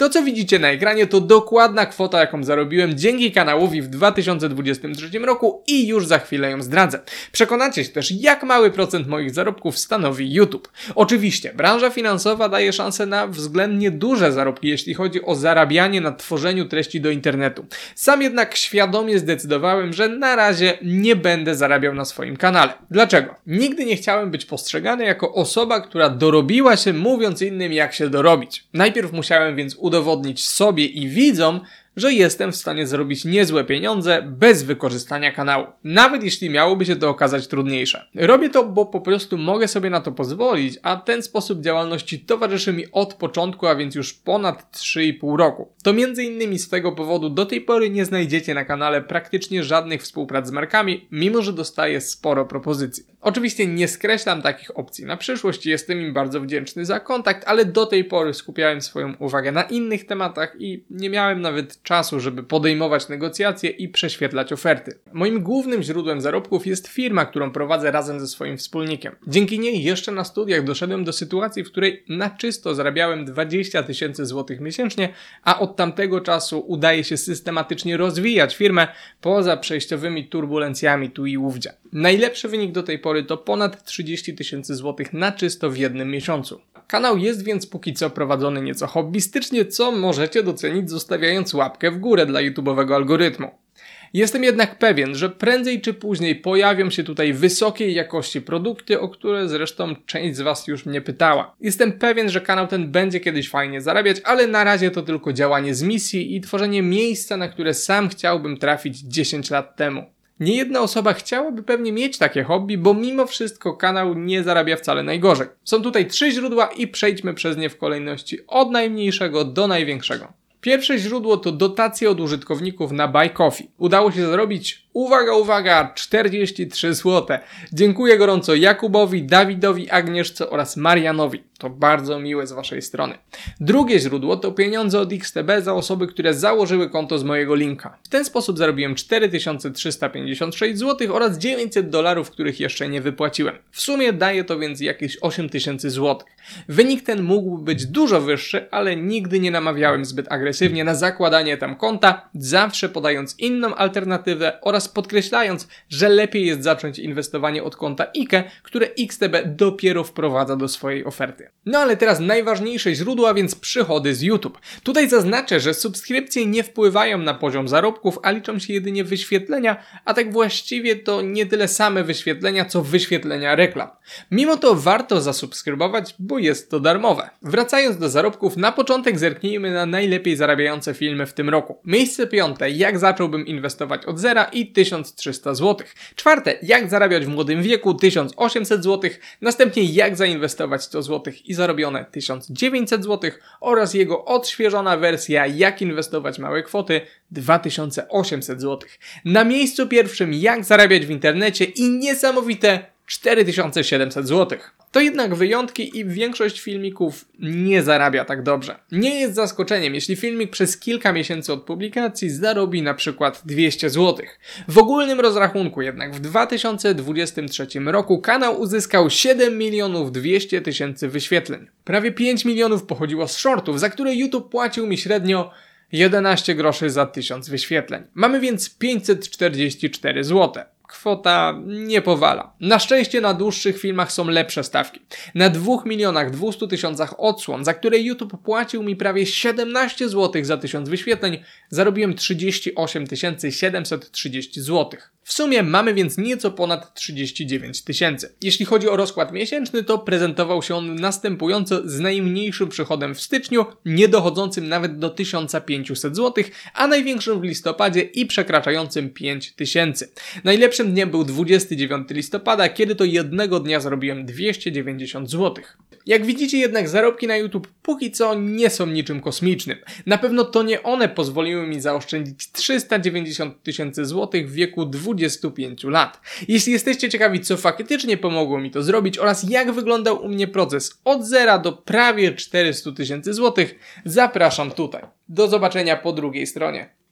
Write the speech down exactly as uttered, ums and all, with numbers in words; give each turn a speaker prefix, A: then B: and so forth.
A: To, co widzicie na ekranie, to dokładna kwota, jaką zarobiłem dzięki kanałowi w dwa tysiące dwudziestym trzecim roku i już za chwilę ją zdradzę. Przekonacie się też, jak mały procent moich zarobków stanowi YouTube. Oczywiście, branża finansowa daje szansę na względnie duże zarobki, jeśli chodzi o zarabianie na tworzeniu treści do internetu. Sam jednak świadomie zdecydowałem, że na razie nie będę zarabiał na swoim kanale. Dlaczego? Nigdy nie chciałem być postrzegany jako osoba, która dorobiła się, mówiąc innym, jak się dorobić. Najpierw musiałem więc udowodnić sobie i widzom, że jestem w stanie zrobić niezłe pieniądze bez wykorzystania kanału. Nawet jeśli miałoby się to okazać trudniejsze. Robię to, bo po prostu mogę sobie na to pozwolić, a ten sposób działalności towarzyszy mi od początku, a więc już ponad trzy i pół roku. To między innymi z tego powodu do tej pory nie znajdziecie na kanale praktycznie żadnych współprac z markami, mimo że dostaję sporo propozycji. Oczywiście nie skreślam takich opcji na przyszłość i jestem im bardzo wdzięczny za kontakt, ale do tej pory skupiałem swoją uwagę na innych tematach i nie miałem nawet czasu, żeby podejmować negocjacje i prześwietlać oferty. Moim głównym źródłem zarobków jest firma, którą prowadzę razem ze swoim wspólnikiem. Dzięki niej jeszcze na studiach doszedłem do sytuacji, w której na czysto zarabiałem dwadzieścia tysięcy złotych miesięcznie, a od tamtego czasu udaje się systematycznie rozwijać firmę poza przejściowymi turbulencjami tu i ówdzie. Najlepszy wynik do tej pory to ponad trzydzieści tysięcy złotych na czysto w jednym miesiącu. Kanał jest więc póki co prowadzony nieco hobbystycznie, co możecie docenić zostawiając łapkę w górę dla YouTube'owego algorytmu. Jestem jednak pewien, że prędzej czy później pojawią się tutaj wysokiej jakości produkty, o które zresztą część z Was już mnie pytała. Jestem pewien, że kanał ten będzie kiedyś fajnie zarabiać, ale na razie to tylko działanie z misji i tworzenie miejsca, na które sam chciałbym trafić dziesięć lat temu. Niejedna osoba chciałaby pewnie mieć takie hobby, bo mimo wszystko kanał nie zarabia wcale najgorzej. Są tutaj trzy źródła i przejdźmy przez nie w kolejności od najmniejszego do największego. Pierwsze źródło to dotacje od użytkowników na Buy Coffee. Udało się zarobić, uwaga, uwaga, czterdzieści trzy złote. Dziękuję gorąco Jakubowi, Dawidowi, Agnieszce oraz Marianowi. To bardzo miłe z Waszej strony. Drugie źródło to pieniądze od X T B za osoby, które założyły konto z mojego linka. W ten sposób zarobiłem cztery tysiące trzysta pięćdziesiąt sześć złotych oraz dziewięćset dolarów, których jeszcze nie wypłaciłem. W sumie daje to więc jakieś osiem tysięcy złotych. Wynik ten mógłby być dużo wyższy, ale nigdy nie namawiałem zbyt agresywnie na zakładanie tam konta, zawsze podając inną alternatywę oraz podkreślając, że lepiej jest zacząć inwestowanie od konta I K E, które X T B dopiero wprowadza do swojej oferty. No ale teraz najważniejsze źródło, a więc przychody z YouTube. Tutaj zaznaczę, że subskrypcje nie wpływają na poziom zarobków, a liczą się jedynie wyświetlenia, a tak właściwie to nie tyle same wyświetlenia, co wyświetlenia reklam. Mimo to warto zasubskrybować, bo jest to darmowe. Wracając do zarobków, na początek zerknijmy na najlepiej zarabiające filmy w tym roku. Miejsce piąte, jak zacząłbym inwestować od zera i tysiąc trzysta złotych. Czwarte, jak zarabiać w młodym wieku tysiąc osiemset złotych. Następnie jak zainwestować sto złotych i zarobione tysiąc dziewięćset złotych oraz jego odświeżona wersja jak inwestować małe kwoty dwa tysiące osiemset złotych. Na miejscu pierwszym jak zarabiać w internecie i niesamowite cztery tysiące siedemset złotych. To jednak wyjątki i większość filmików nie zarabia tak dobrze. Nie jest zaskoczeniem, jeśli filmik przez kilka miesięcy od publikacji zarobi na przykład dwieście złotych. W ogólnym rozrachunku jednak w dwa tysiące dwudziestym trzecim roku kanał uzyskał siedem milionów dwieście tysięcy wyświetleń. Prawie pięć milionów pochodziło z shortów, za które YouTube płacił mi średnio jedenaście groszy za tysiąc wyświetleń. Mamy więc pięćset czterdzieści cztery złote. Kwota nie powala. Na szczęście na dłuższych filmach są lepsze stawki. Na dwóch milionach dwustu tysiącach odsłon, za które YouTube płacił mi prawie siedemnaście złotych za tysiąc wyświetleń, zarobiłem trzydzieści osiem tysięcy siedemset trzydzieści złotych. W sumie mamy więc nieco ponad trzydzieści dziewięć tysięcy. Jeśli chodzi o rozkład miesięczny, to prezentował się on następująco z najmniejszym przychodem w styczniu, nie dochodzącym nawet do tysiąc pięćset złotych, a największym w listopadzie i przekraczającym pięć tysięcy. Najlepszym dniem był dwudziestego dziewiątego listopada, kiedy to jednego dnia zarobiłem dwieście dziewięćdziesiąt złotych. Jak widzicie jednak zarobki na YouTube póki co nie są niczym kosmicznym. Na pewno to nie one pozwoliły mi zaoszczędzić trzysta dziewięćdziesiąt tysięcy złotych w wieku dwudziestu pięciu lat. Jeśli jesteście ciekawi, co faktycznie pomogło mi to zrobić oraz jak wyglądał u mnie proces od zera do prawie czterystu tysięcy złotych, zapraszam tutaj. Do zobaczenia po drugiej stronie.